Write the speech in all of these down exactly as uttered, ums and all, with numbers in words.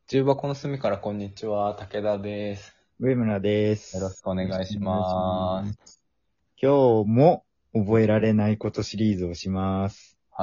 重箱の隅からこんにちは、武田です。 上村です。 よろしくお願いします。 今日も覚えられないことシリーズをします。 はい。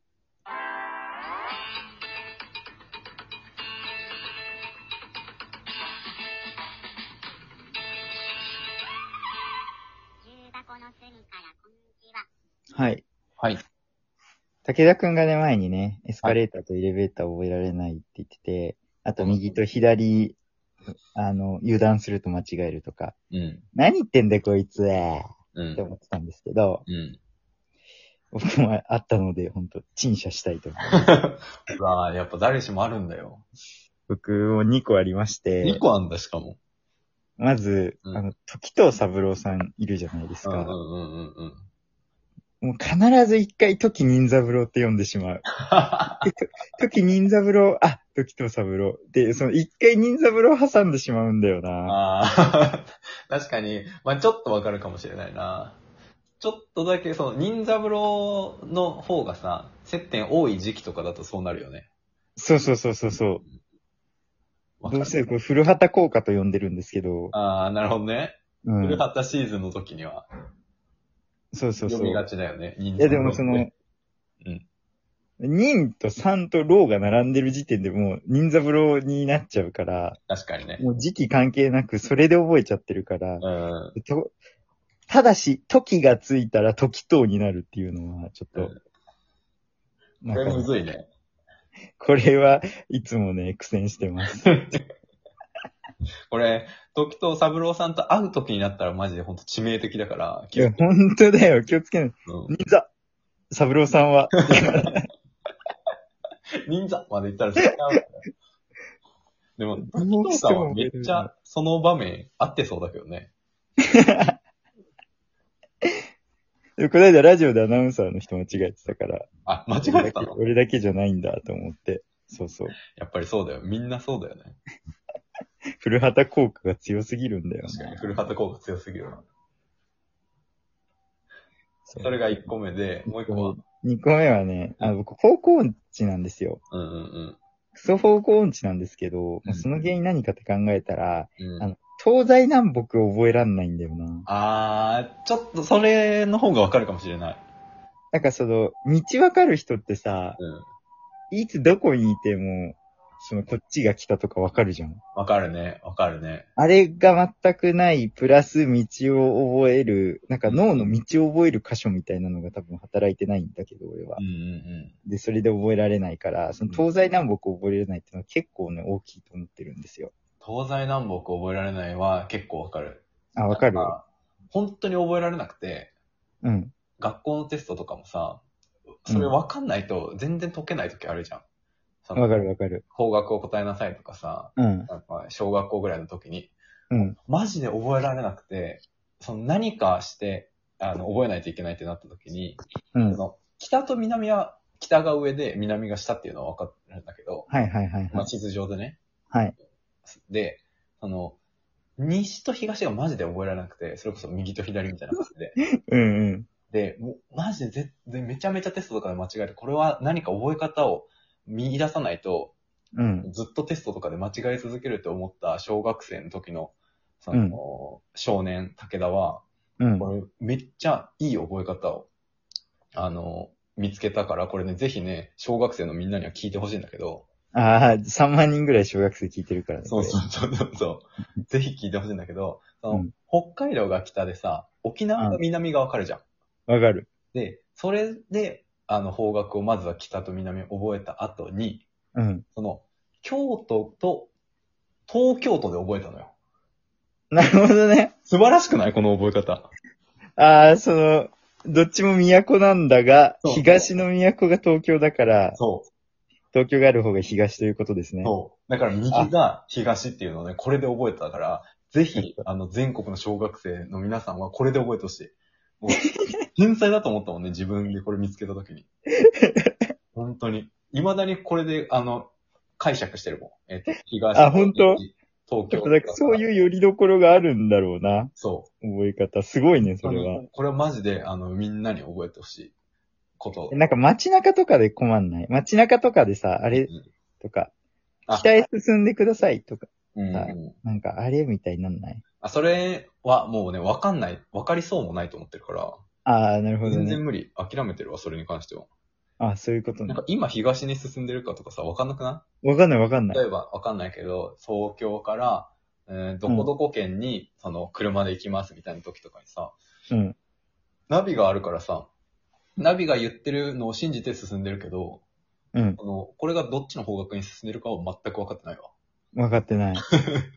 重箱の隅からこんにちは。 はい。 はい。 武田くんがね、前にね、エスカレーターとエレベーターを覚えられないって言ってて、あと右と左、あの、油断すると間違えるとか。 うん。 何言ってんだこいつっうん。 て思ってたんですけど、 うん。 僕もあったので、ほんと、陳謝したいと思います。 うわぁ、やっぱ誰しもあるんだよ。 僕もにこありまして、 にこあんだ、しかも。 まず、 うんあの、時藤三郎さんいるじゃないですか。 うんうんうんうんうん。 もう必ず一回時任三郎って呼んでしまう。時任三郎、あ、時藤三郎。で、その一回任三郎挟んでしまうんだよな。 ああ、確かに、まあちょっとわかるかもしれないな。ちょっとだけ、その、忍三郎の方がさ、接点多い時期とかだとそうなるよね。 そうそうそうそうそう。 わかる。 どうしてこれ古畑効果と呼んでるんですけど。 ああ、なるほどね。 うん。 古畑シーズンの時には、 そうそうそう。 読みがいちだよね。忍やで三郎ってもその、 うん。 任と三と郎が並んでる時点でもう任三郎になっちゃうから、 確かにね。 もう時期関係なくそれで覚えちゃってるから、 うん。 とただし、時がついたら時藤になるっていうのは、ちょっと、 うん、これむずいね。 これはいつもね、苦戦してます。 これ、時藤三郎さんと会う時になったらマジでほんと致命的だから、 いや、ほんとだよ、気をつけない。 うん。 忍座三郎さんは。 忍者まで言ったら違う。でも、時どう藤さんはしてもめっちゃその場面合ってそうだけどね。 でこの間ラジオでアナウンサーの人間違えてたから。 あ、間違えてたの？ 俺だけじゃないんだと思って。そうそう。 やっぱりそうだよ。みんなそうだよね。 古畑効果が強すぎるんだよな。 確かに、古畑効果強すぎるな。 そそれがいっこめで、もういっこは。 にこめはね、あの、僕、方向音痴なんですよ。 うんうんうん。 クソ方向音痴なんですけど、 うんその原因何かって考えたら、 うん、 あの、東西南北を覚えらんないんだよな。 あー、ちょっとそれの方がわかるかもしれない。 なんかその、道わかる人ってさ、 うん。 いつどこにいても、その、こっちが来たとかわかるじゃん。 わかるね。わかるね。 あれが全くない、プラス道を覚える、なんか脳の道を覚える箇所みたいなのが多分働いてないんだけど、俺はうん。うんうん。 で、それで覚えられないから、その東西南北を覚えられないっていうのは結構ね、大きいと思ってるんですよ。 東西南北覚えられないは結構わかる。 あ、わかる？ 本当に覚えられなくて、 うん。 学校のテストとかもさ、それわかんないと全然解けない時あるじゃん。そのわかるわかる。 方角を答えなさいとかさ、 うん。 なんか小学校ぐらいの時に、 うん。 マジで覚えられなくて、その何かして、あの、覚えないといけないってなった時に、 うん。 その北と南は、北が上で南が下っていうのはわかるんだけど、 はいはいはいはい。 まあ地図上でね。 はい。 で、その、西と東がマジで覚えられなくて、それこそ右と左みたいな感じで。 うんうん。 で、もうマジでぜでめちゃめちゃテストとかで間違えて、これは何か覚え方を見出さないと、 うん。 ずっとテストとかで間違え続けると思った小学生の時の、その、うん、少年、武田は、うん、これめっちゃいい覚え方を、あの、見つけたから、これね、ぜひね、小学生のみんなには聞いてほしいんだけど。 ああ、さんまん人ぐらい小学生聞いてるからね。 そうそうそうそう。ぜひ聞いてほしいんだけど、その、うん、北海道が北でさ、沖縄が南がわかるじゃん。 わかる。 で、それで、あの、方角をまずは北と南を覚えた後に、 うん。 その、京都と東京都で覚えたのよ。 なるほどね。 素晴らしくないこの覚え方。 ああ、その、どっちも都なんだが、東の都が東京だから、 そう。 東京がある方が東ということですね。 そう。だから右が東っていうのをね、これで覚えたから、ぜひ、あの、全国の小学生の皆さんはこれで覚えてほしい。もう天才だと思ったもんね、自分でこれ見つけたときに。本当に。未だにこれで、あの、解釈してるもん。えっと、東。 あ、本当？ 東京。 だからそういう寄り所があるんだろうな。 そう。 覚え方。すごいね、それは。 これはマジで、あの、みんなに覚えてほしいこと。 なんか街中とかで困んない。街中とかでさ、あれとか、 あ北へ進んでくださいとか、 うんさなんかあれみたいになんない？ あ、それはもうね、わかんない、わかりそうもないと思ってるから、 ああ、なるほどね全然。無理。諦めてるわ、それに関しては。 あそういうことねなんか。今東に進んでるかとかさ、わかんなくなわかんないわかんないい。 例えばわかんないけど、東京から、えーどこどこ県に、その、車で行きますみたいな時とかにさ、 うん。 ナビがあるからさ、ナビが言ってるのを信じて進んでるけど、 うん。 あの、これがどっちの方角に進んでるかは全く分かってないわ。 わかってない。だ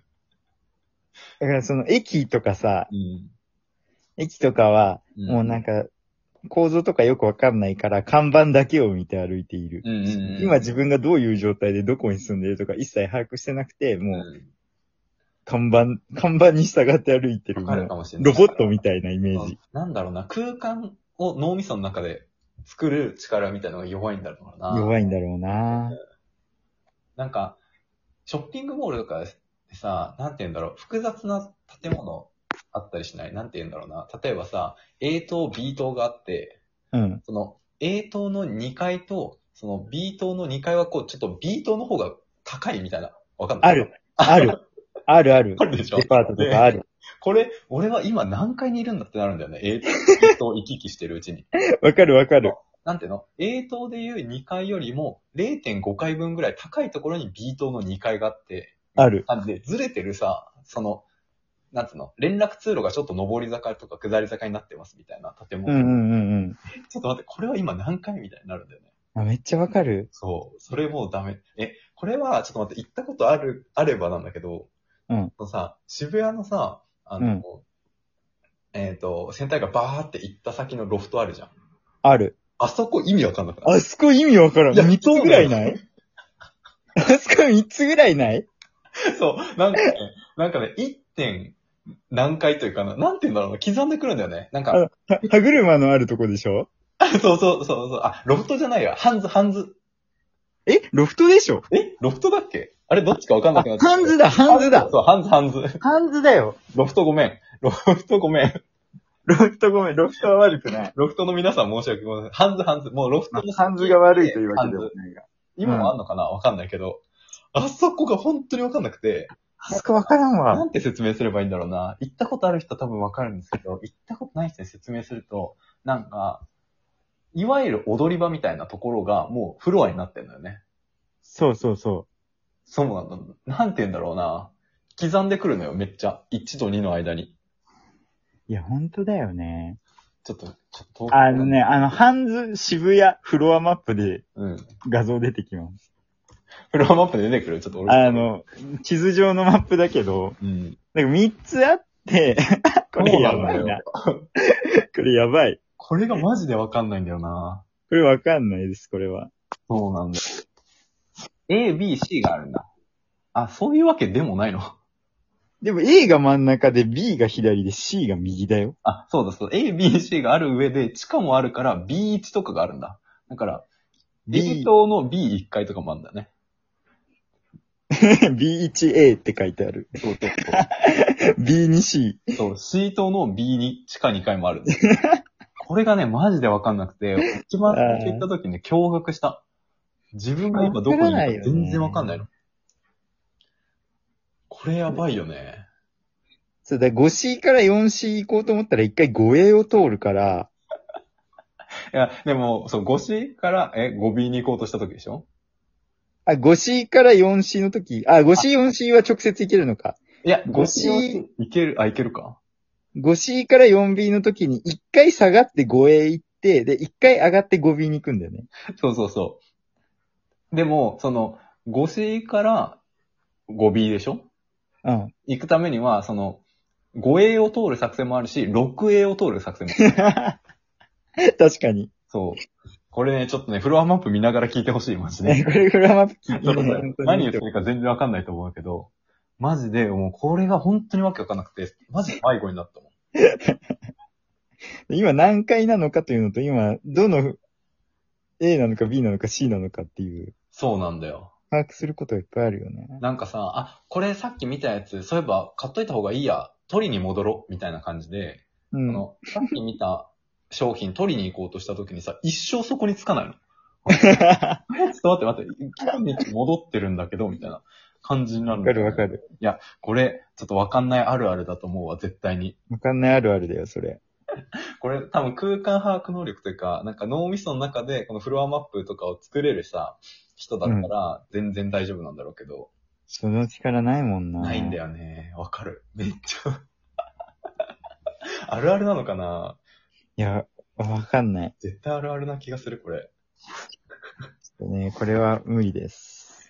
からその駅とかさ、 うん。 駅とかは、 うんもうなんか、構造とかよくわかんないから、看板だけを見て歩いている。 うんうんうん今自分がどういう状態でどこに住んでるとか一切把握してなくて、もう、 うん看板、看板に従って歩いてる。 わかるかもしれもうない。 ロボットみたいなイメージ。 なんだろうな、空間を脳みその中で作る力みたいなのが弱いんだろうな。 弱いんだろうな。 なんか、ショッピングモールとかでさ、なんて言うんだろう、複雑な建物あったりしない？なんて言うんだろうな。例えばさ、A 棟、B 棟があって、 うん。 その A 棟のにかいと、その B 棟のにかいはこう、ちょっと B 棟の方が高いみたいな。わかんない。 ある。ある。あるある。 あるでしょデパートとかある。 これ、俺は今何階にいるんだってなるんだよね。A 棟、B 棟行き来してるうちに。 わかるわかる。 なんていうの ?A 棟でいうにかいよりも れいてんごかいぶんぐらい高いところに B 棟のにかいがあって、 ある。 なんで、ずれてるさ、その、なんつうの連絡通路がちょっと上り坂とか下り坂になってますみたいな建物。 うんうんうんうん。 ちょっと待って、これは今何回みたいになるんだよね。 あ、めっちゃわかる。 そう。それもうダメ。え、これは、ちょっと待って、行ったことある、あればなんだけど、 うん。 そのさ、渋谷のさ、あの、 うんえっ、と、センターがバーって行った先のロフトあるじゃん。 ある。 あそこ意味わかんなくない？ あそこ意味わからん。 いや三つぐらいないあそこ三つぐらいないそう、なんかね、なんかね、いってん何回というかな、なんて言うんだろうな、刻んでくるんだよね。なんか、 あは歯車のあるとこでしょそうそうそうそう、あ、ロフトじゃないわ、ハンズ、ハンズ。 えロフトでしょえロフトだっけあれどっちかわかんなくなっちゃった。 ハンズだ、ハンズだ。 そう、ハンズ、ハンズ。 ハンズだよ。 ロフトごめん。ロフトごめん。 ロフトごめん、ロフトは悪くない。 ロフトの皆さん申し訳ごめんなさい。ハンズ、ハンズ。もうロフトのハンズが悪いというわけではハンズないが。 今もあんのかなわかんないけど、あそこが本当にわかんなくて、 あそこわからんなわ。 んて説明すればいいんだろうな。行ったことある人は多分わかるんですけど、行ったことない人に説明すると、なんか、いわゆる踊り場みたいなところがもうフロアになってんだよね。 そうそうそそうなんだ。なんて言うんだろうな。刻んでくるのよ、めっちゃ。いちとにの間に。 う。いや、ほんとだよね。 ちょっと、ちょっと遠くあのね、あの、ハンズ渋谷フロアマップでうん。 画像出てきます。 フロアマップで出てくるちょっと俺。 あの、地図上のマップだけど、 うん。 なんか三つあって、これやばいな。これやばい。 これがマジでわかんないんだよな。 これわかんないです、これは。 そうなんだ。A、B、C があるんだ。あ、そういうわけでもないの。 でも A が真ん中で B が左で C が右だよ。 あ、そうだそうだ。A、B、C がある上で、地下もあるから ビーワン とかがあるんだ。だから、 B A 棟の ビーワン 階とかもあるんだね。 ビーワンエー って書いてある。 そうそうそビーツーシー。 う。そう、C 棟の ビーツー、地下にかいもあるんだ。これがね、マジでわかんなくて、一番最初行った時に驚愕した。自分が今どこにいるか全然わかんないの。これやばいよね。 そうだ、ごシー から よんシー 行こうと思ったら一回 ごエー を通るから、 いや、でも、そう、ごシー から、え、ごビー に行こうとした時でしょあ、ごシー から よんシー の時、あ、ごシー、よんシー は直接行けるのか。 いや、 ごシーいける、あ、いけるか。 ごシー から よんビー の時に一回下がって ごエー 行って、で、一回上がって ごビー に行くんだよね。 そうそうそう。でも、その、ごシーから ごビー でしょうん。 行くためには、その、ごエー を通る作戦もあるし、ろくエー を通る作戦もある。 確かに。 そう。これね、ちょっとね、フロアマップ見ながら聞いてほしい、マジで。 ね、これフラマップ聞いてそうね、 そう何言ってるか全然わかんないと思うけど、マジで、もうこれが本当にわけわかんなくて、マジで迷子になったもん。 今何回なのかというのと、今、どの A なのか B なのか C なのかっていう、 そうなんだよ。 把握することがいっぱいあるよね。 なんかさ、あ、これさっき見たやつ、そういえば買っといた方がいいや、取りに戻ろう、みたいな感じで、 うん。 あの、さっき見た商品取りに行こうとした時にさ、一生そこにつかないの。 ちょっと待って待って、来た道戻ってるんだけど、みたいな感じになるんだよね。 わかるわかる。 いや、これ、ちょっとわかんないあるあるだと思うわ、絶対に。 わかんないあるあるだよ、それ。 これ多分空間把握能力というか、なんか脳みその中でこのフロアマップとかを作れるさ、人だったら全然大丈夫なんだろうけど。 その力ないもんな。 ないんだよね。わかる。めっちゃ。あるあるなのかないや、わかんない。 絶対あるあるな気がする、これ。 ちょっとね、これは無理です。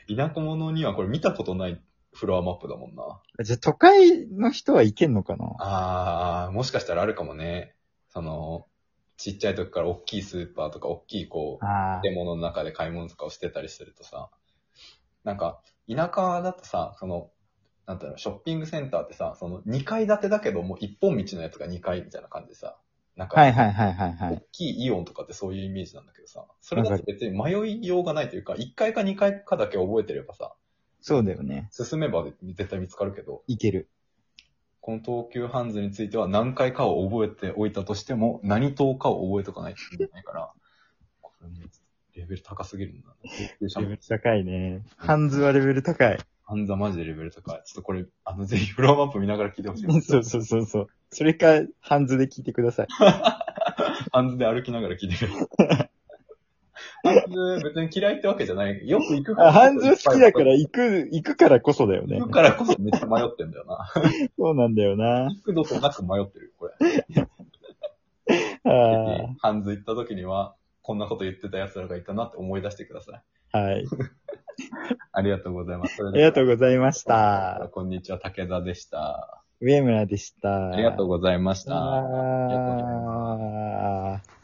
田舎者にはこれ見たことないフロアマップだもんな。 じゃあ都会の人はいけんのかな？ あー、もしかしたらあるかもね。その、ちっちゃい時から大きいスーパーとか大きいこう、建物の中で買い物とかをしてたりするとさ、なんか、田舎だとさ、その、なんていうの、ショッピングセンターってさ、そのにかい建てだけども一本道のやつがにかいみたいな感じでさ、なんか、 はいはいはいはいはい。 大きいイオンとかってそういうイメージなんだけどさ、それだと別に迷いようがないというか、いっかいかにかいかだけ覚えてればさ、 そうだよね。 進めば絶対見つかるけど、 いける。 この東急ハンズについては何回かを覚えておいたとしても、何党かを覚えとかないといけないから、これもレベル高すぎるんだ。 レベル高いね。ハンズはレベル高い。 ハンズはマジでレベル高い。ちょっとこれ、あの、ぜひフロアマップ見ながら聞いてほしい。 そうそうそうそう。それか、ハンズで聞いてください。 ハンズで歩きながら聞いてください。ハンズ別に嫌いってわけじゃない。よく行くから。 ハンズ好きだから行く、行くからこそだよね。 行くからこそめっちゃ迷ってんだよな。 そうなんだよな。 行くのとなく迷ってる、これ。 あハンズ行った時には、こんなこと言ってた奴らがいたなって思い出してください。 あ。はい。 ありがとうございます。 ありがとうございました。 こんにちは、武田でした。 上村でした。 ありがとうございました。 あー。